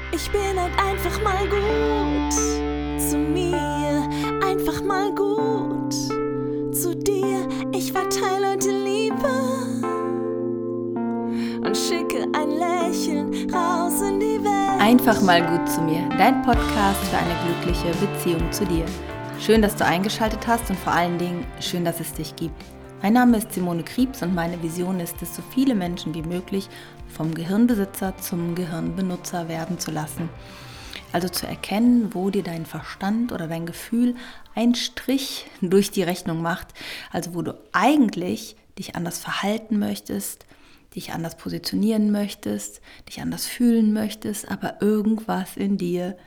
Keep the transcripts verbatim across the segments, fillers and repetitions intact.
Ich bin halt einfach mal gut zu mir, einfach mal gut zu dir. Ich verteile heute Liebe und schicke ein Lächeln raus in die Welt. Einfach mal gut zu mir, dein Podcast für eine glückliche Beziehung zu dir. Schön, dass du eingeschaltet hast und vor allen Dingen schön, dass es dich gibt. Mein Name ist Simone Kriebs und meine Vision ist es, so viele Menschen wie möglich vom Gehirnbesitzer zum Gehirnbenutzer werden zu lassen. Also zu erkennen, wo dir dein Verstand oder dein Gefühl einen Strich durch die Rechnung macht. Also wo du eigentlich dich anders verhalten möchtest, dich anders positionieren möchtest, dich anders fühlen möchtest, aber irgendwas in dir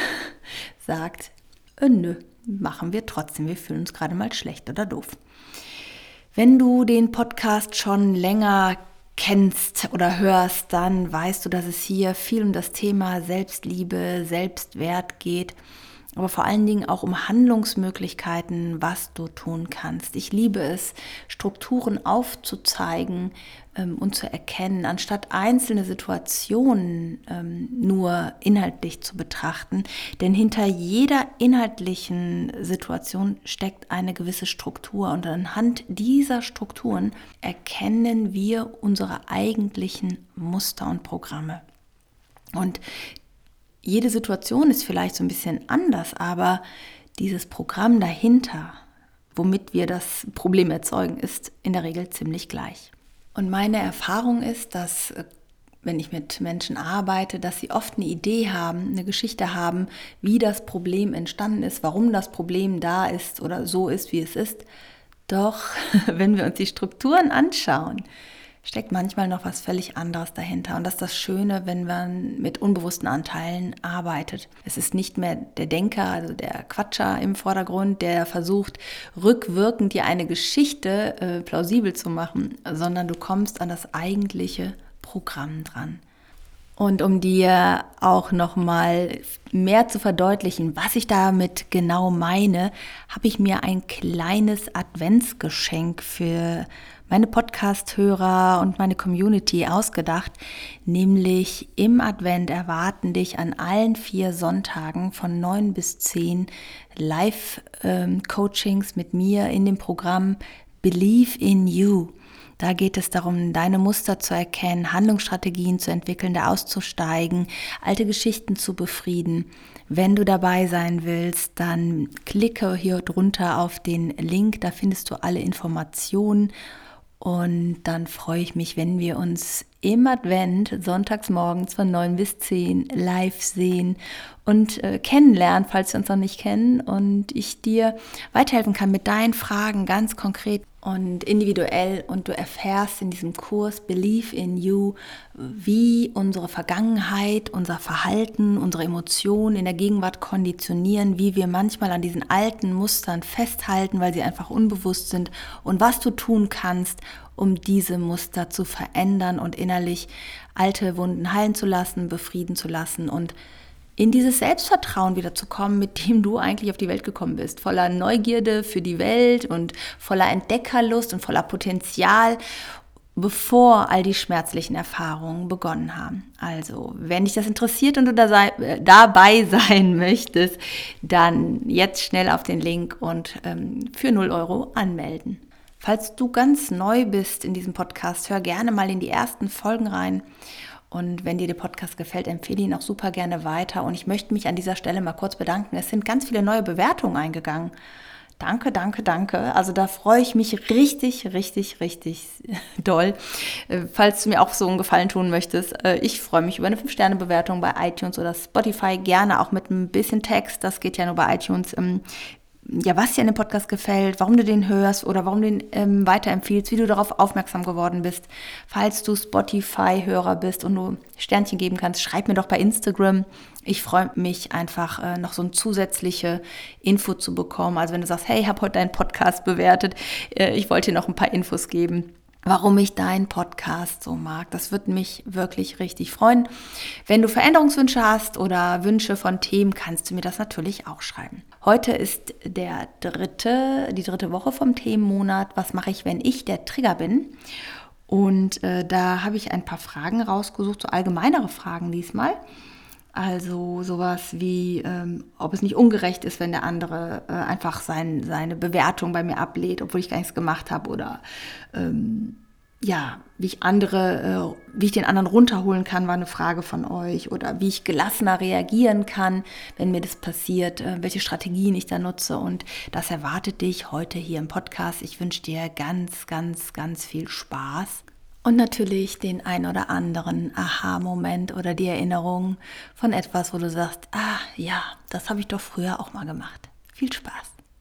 sagt, äh, nö, machen wir trotzdem, wir fühlen uns gerade mal schlecht oder doof. Wenn du den Podcast schon länger kennst oder hörst, dann weißt du, dass es hier viel um das Thema Selbstliebe, Selbstwert geht, aber vor allen Dingen auch um Handlungsmöglichkeiten, was du tun kannst. Ich liebe es, Strukturen aufzuzeigen ähm, und zu erkennen, anstatt einzelne Situationen ähm, nur inhaltlich zu betrachten. Denn hinter jeder inhaltlichen Situation steckt eine gewisse Struktur und anhand dieser Strukturen erkennen wir unsere eigentlichen Muster und Programme. Und jede Situation ist vielleicht so ein bisschen anders, aber dieses Programm dahinter, womit wir das Problem erzeugen, ist in der Regel ziemlich gleich. Und meine Erfahrung ist, dass, wenn ich mit Menschen arbeite, dass sie oft eine Idee haben, eine Geschichte haben, wie das Problem entstanden ist, warum das Problem da ist oder so ist, wie es ist. Doch wenn wir uns die Strukturen anschauen, steckt manchmal noch was völlig anderes dahinter. Und das ist das Schöne, wenn man mit unbewussten Anteilen arbeitet. Es ist nicht mehr der Denker, also der Quatscher im Vordergrund, der versucht, rückwirkend dir eine Geschichte äh, plausibel zu machen, sondern du kommst an das eigentliche Programm dran. Und um dir auch nochmal mehr zu verdeutlichen, was ich damit genau meine, habe ich mir ein kleines Adventsgeschenk für meine Podcast-Hörer und meine Community ausgedacht. Nämlich im Advent erwarten dich an allen vier Sonntagen von neun bis zehn Live-Coachings mit mir in dem Programm Believe in You. Da geht es darum, deine Muster zu erkennen, Handlungsstrategien zu entwickeln, da auszusteigen, alte Geschichten zu befrieden. Wenn du dabei sein willst, dann klicke hier drunter auf den Link, da findest du alle Informationen. Und dann freue ich mich, wenn wir uns im Advent sonntags morgens von neun bis zehn live sehen und äh, kennenlernen, falls wir uns noch nicht kennen. Und ich dir weiterhelfen kann mit deinen Fragen ganz konkret und individuell. Und du erfährst in diesem Kurs Believe in You, wie unsere Vergangenheit, unser Verhalten, unsere Emotionen in der Gegenwart konditionieren, wie wir manchmal an diesen alten Mustern festhalten, weil sie einfach unbewusst sind und was du tun kannst, um diese Muster zu verändern und innerlich alte Wunden heilen zu lassen, befrieden zu lassen und in dieses Selbstvertrauen wieder zu kommen, mit dem du eigentlich auf die Welt gekommen bist. Voller Neugierde für die Welt und voller Entdeckerlust und voller Potenzial, bevor all die schmerzlichen Erfahrungen begonnen haben. Also, wenn dich das interessiert und du da sei, äh, dabei sein möchtest, dann jetzt schnell auf den Link und ähm, für null Euro anmelden. Falls du ganz neu bist in diesem Podcast, hör gerne mal in die ersten Folgen rein. Und wenn dir der Podcast gefällt, empfehle ihn auch super gerne weiter. Und ich möchte mich an dieser Stelle mal kurz bedanken. Es sind ganz viele neue Bewertungen eingegangen. Danke, danke, danke. Also da freue ich mich richtig, richtig, richtig doll. Falls du mir auch so einen Gefallen tun möchtest, ich freue mich über eine fünf Sterne Bewertung bei iTunes oder Spotify. Gerne auch mit ein bisschen Text. Das geht ja nur bei iTunes. Ja, was dir an dem Podcast gefällt, warum du den hörst oder warum du den ähm, weiterempfiehlst, wie du darauf aufmerksam geworden bist. Falls du Spotify-Hörer bist und du Sternchen geben kannst, schreib mir doch bei Instagram. Ich freue mich einfach, äh, noch so eine zusätzliche Info zu bekommen. Also wenn du sagst, hey, ich habe heute deinen Podcast bewertet, äh, ich wollte dir noch ein paar Infos geben, warum ich deinen Podcast so mag. Das würde mich wirklich richtig freuen. Wenn du Veränderungswünsche hast oder Wünsche von Themen, kannst du mir das natürlich auch schreiben. Heute ist der dritte, die dritte Woche vom Themenmonat. Was mache ich, wenn ich der Trigger bin? Und äh, da habe ich ein paar Fragen rausgesucht, so allgemeinere Fragen diesmal. Also sowas wie, ähm, ob es nicht ungerecht ist, wenn der andere äh, einfach sein, seine Bewertung bei mir ablehnt, obwohl ich gar nichts gemacht habe. Oder ähm, ja, wie ich andere, äh, wie ich den anderen runterholen kann, war eine Frage von euch. Oder wie ich gelassener reagieren kann, wenn mir das passiert, äh, welche Strategien ich da nutze. Und das erwartet dich heute hier im Podcast. Ich wünsche dir ganz, ganz, ganz viel Spaß. Und natürlich den ein oder anderen Aha-Moment oder die Erinnerung von etwas, wo du sagst, ah ja, das habe ich doch früher auch mal gemacht. Viel Spaß.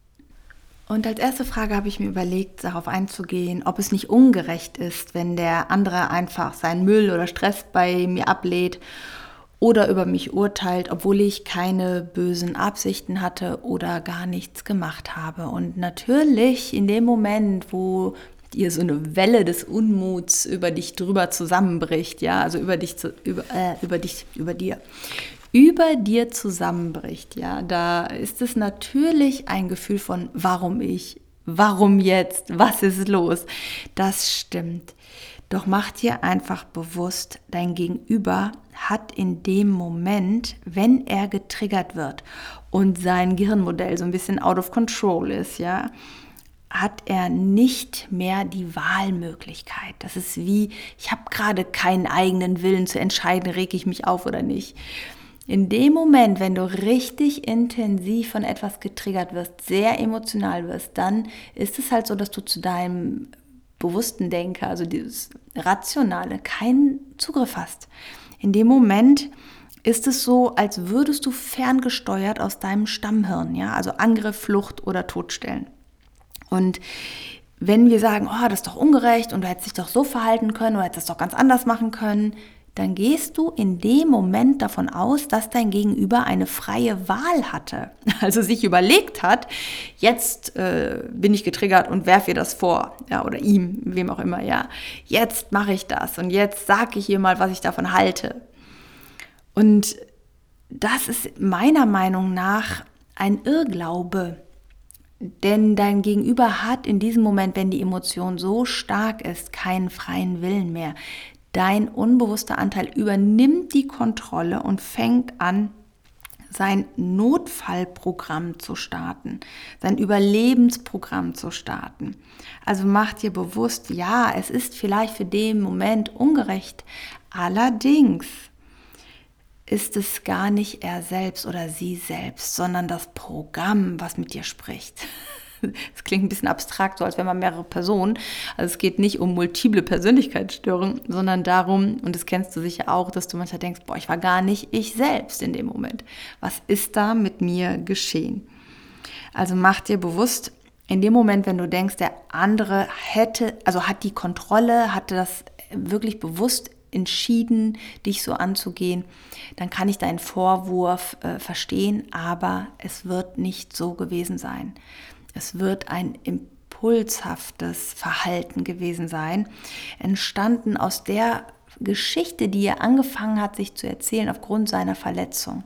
Und als erste Frage habe ich mir überlegt, darauf einzugehen, ob es nicht ungerecht ist, wenn der andere einfach seinen Müll oder Stress bei mir ablehnt oder über mich urteilt, obwohl ich keine bösen Absichten hatte oder gar nichts gemacht habe. Und natürlich in dem Moment, wo dir so eine Welle des Unmuts über dich drüber zusammenbricht, ja, also über dich, zu, über, äh, über dich, über dir, über dir zusammenbricht, ja, da ist es natürlich ein Gefühl von, warum ich, warum jetzt, was ist los? Das stimmt. Doch mach dir einfach bewusst, dein Gegenüber hat in dem Moment, wenn er getriggert wird und sein Gehirnmodell so ein bisschen out of control ist, ja, hat er nicht mehr die Wahlmöglichkeit. Das ist wie, ich habe gerade keinen eigenen Willen zu entscheiden, rege ich mich auf oder nicht. In dem Moment, wenn du richtig intensiv von etwas getriggert wirst, sehr emotional wirst, dann ist es halt so, dass du zu deinem bewussten Denker, also dieses Rationale, keinen Zugriff hast. In dem Moment ist es so, als würdest du ferngesteuert aus deinem Stammhirn, ja, also Angriff, Flucht oder Todstellen. Und wenn wir sagen, oh, das ist doch ungerecht und du hättest dich doch so verhalten können oder hättest das doch ganz anders machen können, dann gehst du in dem Moment davon aus, dass dein Gegenüber eine freie Wahl hatte. Also sich überlegt hat, jetzt äh, bin ich getriggert und werfe ihr das vor, ja, oder ihm, wem auch immer, ja. Jetzt mache ich das und jetzt sage ich ihr mal, was ich davon halte. Und das ist meiner Meinung nach ein Irrglaube. Denn dein Gegenüber hat in diesem Moment, wenn die Emotion so stark ist, keinen freien Willen mehr. Dein unbewusster Anteil übernimmt die Kontrolle und fängt an, sein Notfallprogramm zu starten, sein Überlebensprogramm zu starten. Also mach dir bewusst, ja, es ist vielleicht für den Moment ungerecht, allerdings ist es gar nicht er selbst oder sie selbst, sondern das Programm, was mit dir spricht. Das klingt ein bisschen abstrakt, so als wenn man mehrere Personen, also es geht nicht um multiple Persönlichkeitsstörungen, sondern darum, und das kennst du sicher auch, dass du manchmal denkst, boah, ich war gar nicht ich selbst in dem Moment. Was ist da mit mir geschehen? Also mach dir bewusst, in dem Moment, wenn du denkst, der andere hätte, also hat die Kontrolle, hatte das wirklich bewusst entschieden, dich so anzugehen, dann kann ich deinen Vorwurf äh, verstehen, aber es wird nicht so gewesen sein. Es wird ein impulshaftes Verhalten gewesen sein, entstanden aus der Geschichte, die er angefangen hat, sich zu erzählen aufgrund seiner Verletzung.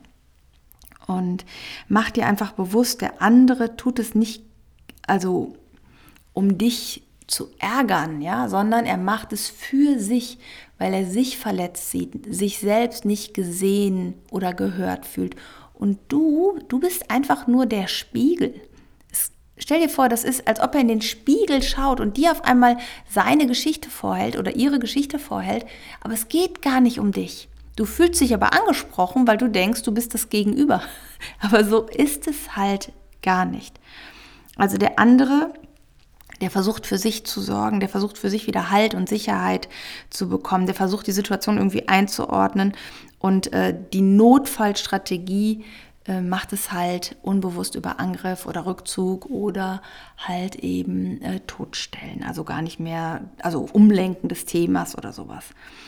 Und mach dir einfach bewusst, der andere tut es nicht, also um dich zu ärgern, ja, sondern er macht es für sich, weil er sich verletzt sieht, sich selbst nicht gesehen oder gehört fühlt. Und du, du bist einfach nur der Spiegel. Es, stell dir vor, das ist, als ob er in den Spiegel schaut und dir auf einmal seine Geschichte vorhält oder ihre Geschichte vorhält, aber es geht gar nicht um dich. Du fühlst dich aber angesprochen, weil du denkst, du bist das Gegenüber. Aber so ist es halt gar nicht. Also der andere, der versucht für sich zu sorgen, der versucht für sich wieder Halt und Sicherheit zu bekommen, der versucht die Situation irgendwie einzuordnen und äh, die Notfallstrategie äh, macht es halt unbewusst über Angriff oder Rückzug oder halt eben äh, Totstellen, also gar nicht mehr, also Umlenken des Themas oder sowas.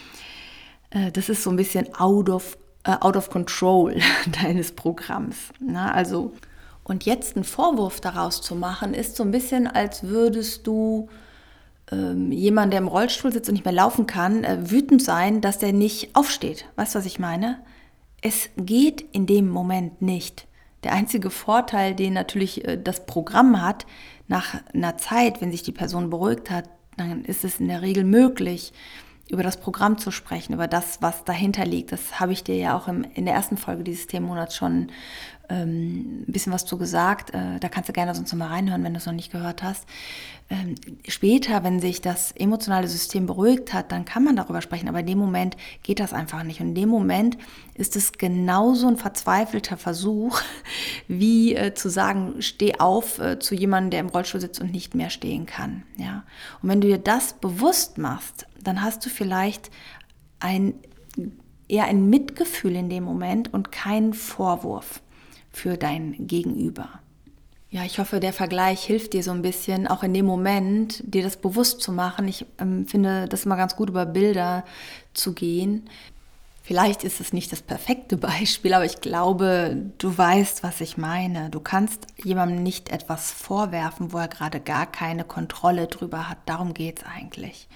Äh, das ist so ein bisschen out of, äh, out of control deines Programms. Na, also Und jetzt einen Vorwurf daraus zu machen, ist so ein bisschen, als würdest du ähm, jemand, der im Rollstuhl sitzt und nicht mehr laufen kann, äh, wütend sein, dass der nicht aufsteht. Weißt du, was ich meine? Es geht in dem Moment nicht. Der einzige Vorteil, den natürlich äh, das Programm hat, nach einer Zeit, wenn sich die Person beruhigt hat, dann ist es in der Regel möglich, über das Programm zu sprechen, über das, was dahinter liegt. Das habe ich dir ja auch im, in der ersten Folge dieses Themenmonats schon ähm, ein bisschen was zu gesagt. Äh, da kannst du gerne sonst noch mal reinhören, wenn du es noch nicht gehört hast. Ähm, später, wenn sich das emotionale System beruhigt hat, dann kann man darüber sprechen, aber in dem Moment geht das einfach nicht. Und in dem Moment ist es genauso ein verzweifelter Versuch, wie äh, zu sagen, steh auf äh, zu jemandem, der im Rollstuhl sitzt und nicht mehr stehen kann. Ja? Und wenn du dir das bewusst machst, dann hast du vielleicht ein, eher ein Mitgefühl in dem Moment und keinen Vorwurf für dein Gegenüber. Ja, ich hoffe, der Vergleich hilft dir so ein bisschen, auch in dem Moment, dir das bewusst zu machen. Ich ähm, finde das immer ganz gut, über Bilder zu gehen. Vielleicht ist es nicht das perfekte Beispiel, aber ich glaube, du weißt, was ich meine. Du kannst jemandem nicht etwas vorwerfen, wo er gerade gar keine Kontrolle drüber hat. Darum geht es eigentlich.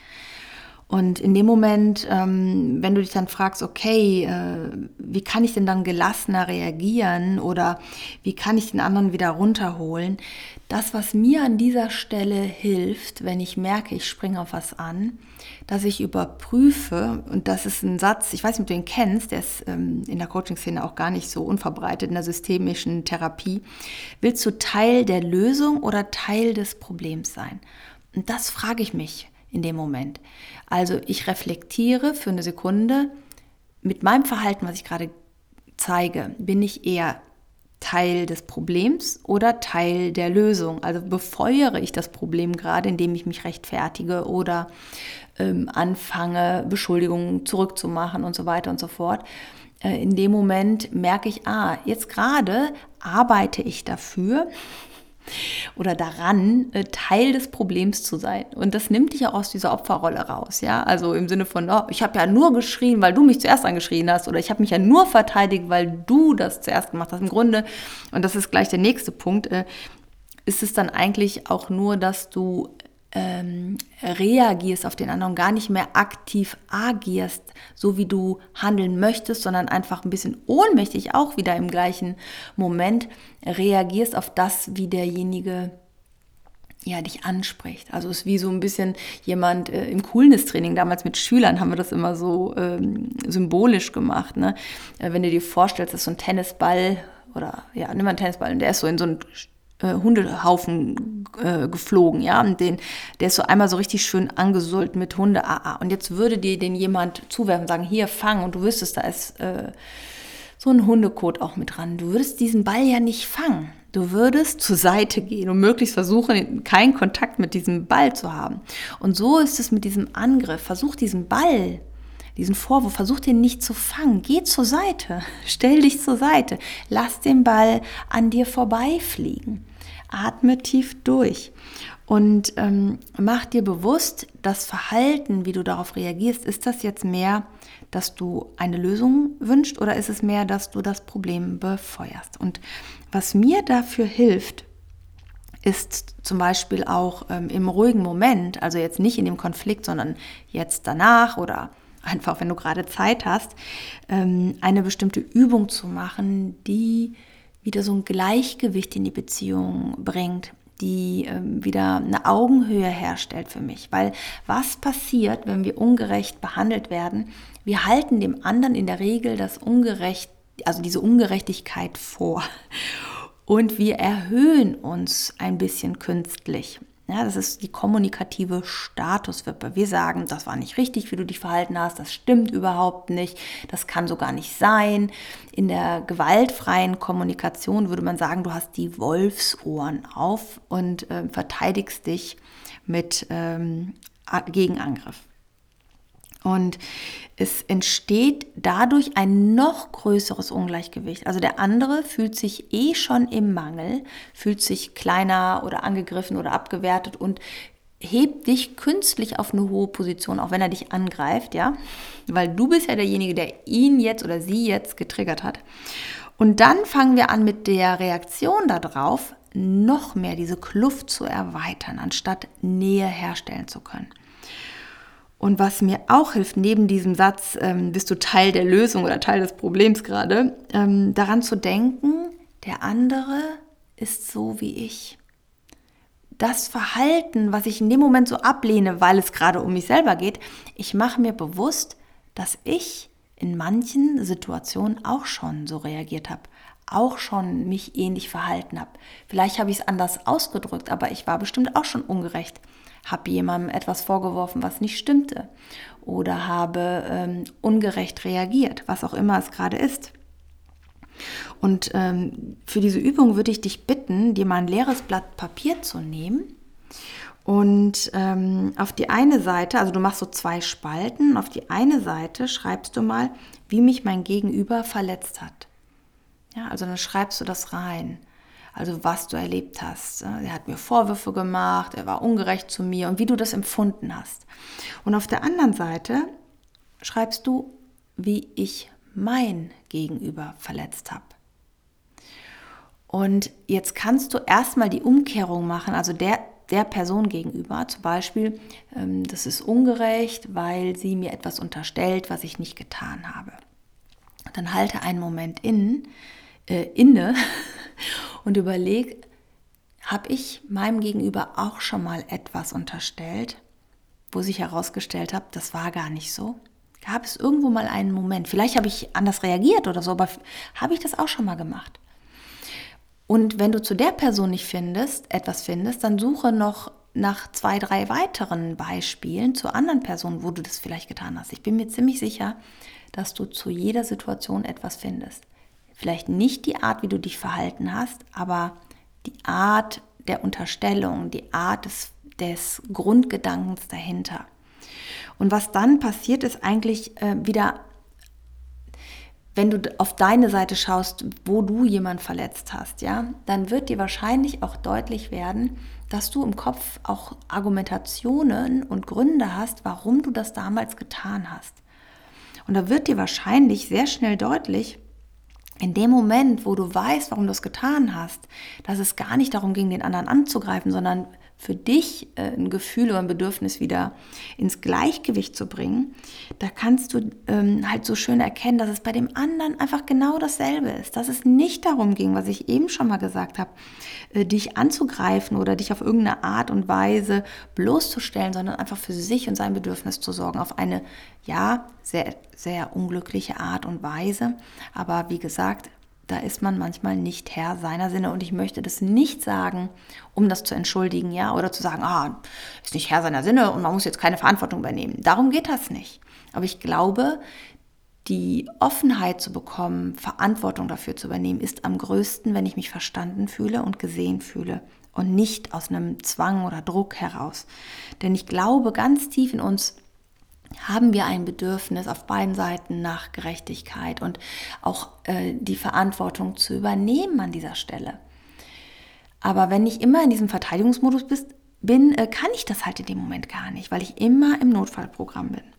Und in dem Moment, ähm, wenn du dich dann fragst, okay, äh, wie kann ich denn dann gelassener reagieren oder wie kann ich den anderen wieder runterholen? Das, was mir an dieser Stelle hilft, wenn ich merke, ich springe auf was an, dass ich überprüfe, und das ist ein Satz, ich weiß nicht, ob du ihn kennst, der ist ähm, in der Coaching-Szene auch gar nicht so unverbreitet, in der systemischen Therapie. Willst du Teil der Lösung oder Teil des Problems sein? Und das frage ich mich in dem Moment. Also ich reflektiere für eine Sekunde, mit meinem Verhalten, was ich gerade zeige, bin ich eher Teil des Problems oder Teil der Lösung? Also befeuere ich das Problem gerade, indem ich mich rechtfertige oder ähm, anfange, Beschuldigungen zurückzumachen und so weiter und so fort. Äh, in dem Moment merke ich, ah, jetzt gerade arbeite ich dafür, oder daran, Teil des Problems zu sein. Und das nimmt dich auch aus dieser Opferrolle raus. Ja? Also im Sinne von, oh, ich habe ja nur geschrien, weil du mich zuerst angeschrien hast, oder ich habe mich ja nur verteidigt, weil du das zuerst gemacht hast. Im Grunde, und das ist gleich der nächste Punkt, äh, ist es dann eigentlich auch nur, dass du ähm, reagierst auf den anderen, gar nicht mehr aktiv agierst, so wie du handeln möchtest, sondern einfach ein bisschen ohnmächtig auch wieder im gleichen Moment reagierst auf das, wie derjenige ja, dich anspricht. Also es ist wie so ein bisschen jemand äh, im Coolness-Training, damals mit Schülern haben wir das immer so ähm, symbolisch gemacht. Ne? Äh, wenn du dir vorstellst, dass so ein Tennisball oder, ja, nimm mal einen Tennisball und der ist so in so ein Äh, Hundehaufen äh, geflogen, ja, und den, der ist so einmal so richtig schön angesullt mit Hunde, ah, ah. Und jetzt würde dir den jemand zuwerfen, sagen, hier, fang, und du wüsstest, da ist äh, so ein Hundekot auch mit dran. Du würdest diesen Ball ja nicht fangen. Du würdest zur Seite gehen und möglichst versuchen, keinen Kontakt mit diesem Ball zu haben. Und so ist es mit diesem Angriff. Versuch diesen Ball, diesen Vorwurf, versuch den nicht zu fangen. Geh zur Seite, stell dich zur Seite, lass den Ball an dir vorbeifliegen. Atme tief durch und ähm, mach dir bewusst, das Verhalten, wie du darauf reagierst, ist das jetzt mehr, dass du eine Lösung wünschst oder ist es mehr, dass du das Problem befeuerst? Und was mir dafür hilft, ist zum Beispiel auch ähm, im ruhigen Moment, also jetzt nicht in dem Konflikt, sondern jetzt danach oder einfach, wenn du gerade Zeit hast, ähm, eine bestimmte Übung zu machen, die wieder so ein Gleichgewicht in die Beziehung bringt, die ähm, wieder eine Augenhöhe herstellt für mich. Weil was passiert, wenn wir ungerecht behandelt werden? Wir halten dem anderen in der Regel das Ungerecht, also diese Ungerechtigkeit vor. Und wir erhöhen uns ein bisschen künstlich. Ja, das ist die kommunikative Statuswippe. Wir sagen, das war nicht richtig, wie du dich verhalten hast, das stimmt überhaupt nicht, das kann so gar nicht sein. In der gewaltfreien Kommunikation würde man sagen, du hast die Wolfsohren auf und äh, verteidigst dich mit ähm, Gegenangriff. Und es entsteht dadurch ein noch größeres Ungleichgewicht. Also der andere fühlt sich eh schon im Mangel, fühlt sich kleiner oder angegriffen oder abgewertet und hebt dich künstlich auf eine hohe Position, auch wenn er dich angreift, ja, weil du bist ja derjenige, der ihn jetzt oder sie jetzt getriggert hat. Und dann fangen wir an, mit der Reaktion darauf noch mehr diese Kluft zu erweitern, anstatt Nähe herstellen zu können. Und was mir auch hilft, neben diesem Satz, ähm, bist du Teil der Lösung oder Teil des Problems gerade, ähm, daran zu denken, der andere ist so wie ich. das Verhalten, was ich in dem Moment so ablehne, weil es gerade um mich selber geht, ich mache mir bewusst, dass ich in manchen Situationen auch schon so reagiert habe, auch schon mich ähnlich verhalten habe. Vielleicht habe ich es anders ausgedrückt, aber ich war bestimmt auch schon ungerecht, habe jemandem etwas vorgeworfen, was nicht stimmte oder habe ähm, ungerecht reagiert, was auch immer es gerade ist. Und ähm, für diese Übung würde ich dich bitten, dir mal ein leeres Blatt Papier zu nehmen und ähm, auf die eine Seite, also du machst so zwei Spalten, auf die eine Seite schreibst du mal, wie mich mein Gegenüber verletzt hat. Ja, also dann schreibst du das rein, also was du erlebt hast. Er hat mir Vorwürfe gemacht, er war ungerecht zu mir und wie du das empfunden hast. Und auf der anderen Seite schreibst du, wie ich mein Gegenüber verletzt habe. Und jetzt kannst du erstmal die Umkehrung machen, also der, der Person gegenüber. Zum Beispiel, ähm, das ist ungerecht, weil sie mir etwas unterstellt, was ich nicht getan habe. Dann halte einen Moment in, äh, inne und überleg, habe ich meinem Gegenüber auch schon mal etwas unterstellt, wo sich herausgestellt hat, das war gar nicht so? Gab es irgendwo mal einen Moment, vielleicht habe ich anders reagiert oder so, aber habe ich das auch schon mal gemacht? Und wenn du zu der Person nicht findest, etwas findest, dann suche noch nach zwei, drei weiteren Beispielen zu anderen Personen, wo du das vielleicht getan hast. Ich bin mir ziemlich sicher, dass du zu jeder Situation etwas findest. Vielleicht nicht die Art, wie du dich verhalten hast, aber die Art der Unterstellung, die Art des, des Grundgedankens dahinter. Und was dann passiert, ist eigentlich äh, wieder, wenn du auf deine Seite schaust, wo du jemanden verletzt hast, ja, dann wird dir wahrscheinlich auch deutlich werden, dass du im Kopf auch Argumentationen und Gründe hast, warum du das damals getan hast. Und da wird dir wahrscheinlich sehr schnell deutlich, in dem Moment, wo du weißt, warum du es getan hast, dass es gar nicht darum ging, den anderen anzugreifen, sondern für dich äh, ein Gefühl oder ein Bedürfnis wieder ins Gleichgewicht zu bringen, da kannst du ähm, halt so schön erkennen, dass es bei dem anderen einfach genau dasselbe ist. Dass es nicht darum ging, was ich eben schon mal gesagt habe, äh, dich anzugreifen oder dich auf irgendeine Art und Weise bloßzustellen, sondern einfach für sich und sein Bedürfnis zu sorgen, auf eine, ja, sehr, sehr unglückliche Art und Weise. Aber wie gesagt, da ist man manchmal nicht Herr seiner Sinne und ich möchte das nicht sagen, um das zu entschuldigen, ja, oder zu sagen, ah, ist nicht Herr seiner Sinne und man muss jetzt keine Verantwortung übernehmen. Darum geht das nicht. Aber ich glaube, die Offenheit zu bekommen, Verantwortung dafür zu übernehmen, ist am größten, wenn ich mich verstanden fühle und gesehen fühle und nicht aus einem Zwang oder Druck heraus. Denn ich glaube, ganz tief in uns haben wir ein Bedürfnis auf beiden Seiten nach Gerechtigkeit und auch äh, die Verantwortung zu übernehmen an dieser Stelle. Aber wenn ich immer in diesem Verteidigungsmodus bist, bin, äh, kann ich das halt in dem Moment gar nicht, weil ich immer im Notfallprogramm bin.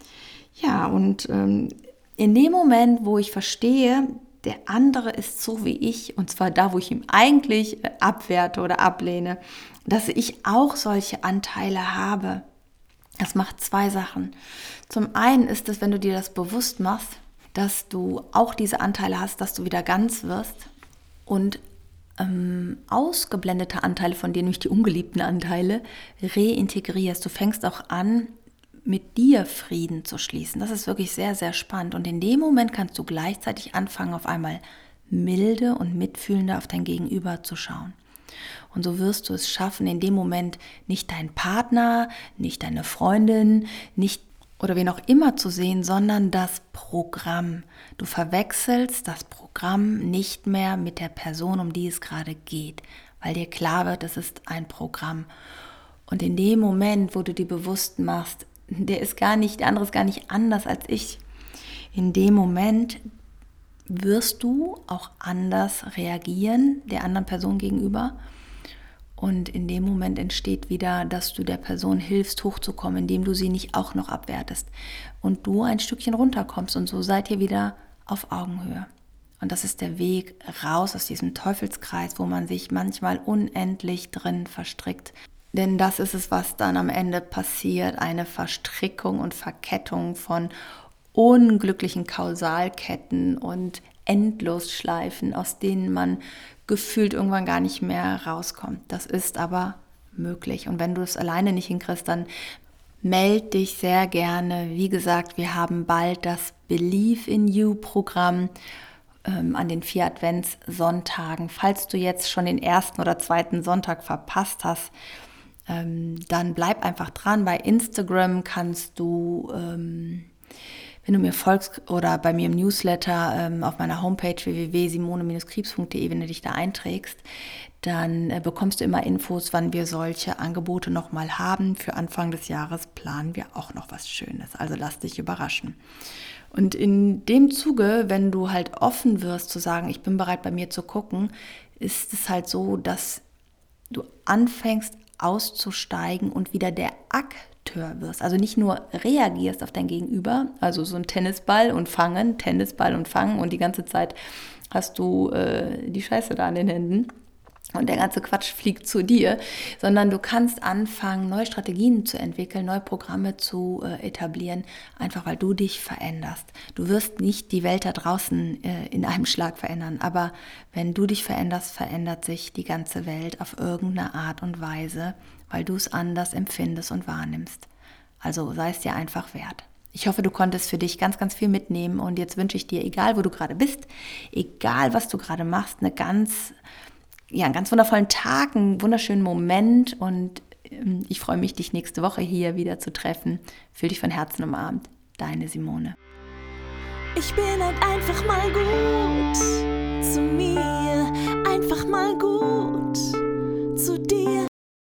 Ja, und ähm, in dem Moment, wo ich verstehe, der andere ist so wie ich, und zwar da, wo ich ihn eigentlich äh, abwerte oder ablehne, dass ich auch solche Anteile habe. Das macht zwei Sachen. Zum einen ist es, wenn du dir das bewusst machst, dass du auch diese Anteile hast, dass du wieder ganz wirst und ähm, ausgeblendete Anteile von dir, nämlich die ungeliebten Anteile, reintegrierst. Du fängst auch an, mit dir Frieden zu schließen. Das ist wirklich sehr, sehr spannend. Und in dem Moment kannst du gleichzeitig anfangen, auf einmal milde und mitfühlender auf dein Gegenüber zu schauen. Und so wirst du es schaffen, in dem Moment nicht deinen Partner, nicht deine Freundin, nicht oder wen auch immer zu sehen, sondern das Programm. Du verwechselst das Programm nicht mehr mit der Person, um die es gerade geht, weil dir klar wird, es ist ein Programm. Und in dem Moment, wo du dir bewusst machst, der ist gar nicht, der andere ist gar nicht anders als ich, in dem Moment wirst du auch anders reagieren der anderen Person gegenüber. Und in dem Moment entsteht wieder, dass du der Person hilfst, hochzukommen, indem du sie nicht auch noch abwertest. Und du ein Stückchen runterkommst und so seid ihr wieder auf Augenhöhe. Und das ist der Weg raus aus diesem Teufelskreis, wo man sich manchmal unendlich drin verstrickt. Denn das ist es, was dann am Ende passiert, eine Verstrickung und Verkettung von unglücklichen Kausalketten und Endlosschleifen, aus denen man gefühlt irgendwann gar nicht mehr rauskommt. Das ist aber möglich. Und wenn du es alleine nicht hinkriegst, dann meld dich sehr gerne. Wie gesagt, wir haben bald das Believe in You Programm ähm, an den vier Adventssonntagen. Falls du jetzt schon den ersten oder zweiten Sonntag verpasst hast, ähm, dann bleib einfach dran. Bei Instagram kannst du, ähm, wenn du mir folgst oder bei mir im Newsletter ähm, auf meiner Homepage w w w punkt simone Bindestrich krebs punkt de, wenn du dich da einträgst, dann äh, bekommst du immer Infos, wann wir solche Angebote nochmal haben. Für Anfang des Jahres planen wir auch noch was Schönes, also lass dich überraschen. Und in dem Zuge, wenn du halt offen wirst zu sagen, ich bin bereit bei mir zu gucken, ist es halt so, dass du anfängst auszusteigen und wieder der Akteur wirst. Also nicht nur reagierst auf dein Gegenüber, also so ein Tennisball und fangen, Tennisball und fangen und die ganze Zeit hast du äh, die Scheiße da an den Händen und der ganze Quatsch fliegt zu dir, sondern du kannst anfangen, neue Strategien zu entwickeln, neue Programme zu äh, etablieren, einfach weil du dich veränderst. Du wirst nicht die Welt da draußen äh, in einem Schlag verändern, aber wenn du dich veränderst, verändert sich die ganze Welt auf irgendeine Art und Weise, weil du es anders empfindest und wahrnimmst. Also sei es dir einfach wert. Ich hoffe, du konntest für dich ganz, ganz viel mitnehmen und jetzt wünsche ich dir, egal wo du gerade bist, egal was du gerade machst, eine ganz Ja, einen ganz wundervollen Tag, einen wunderschönen Moment und ähm, ich freue mich, dich nächste Woche hier wieder zu treffen. Fühl dich von Herzen umarmt. Deine Simone. Ich bin halt einfach mal gut zu mir, einfach mal gut zu dir.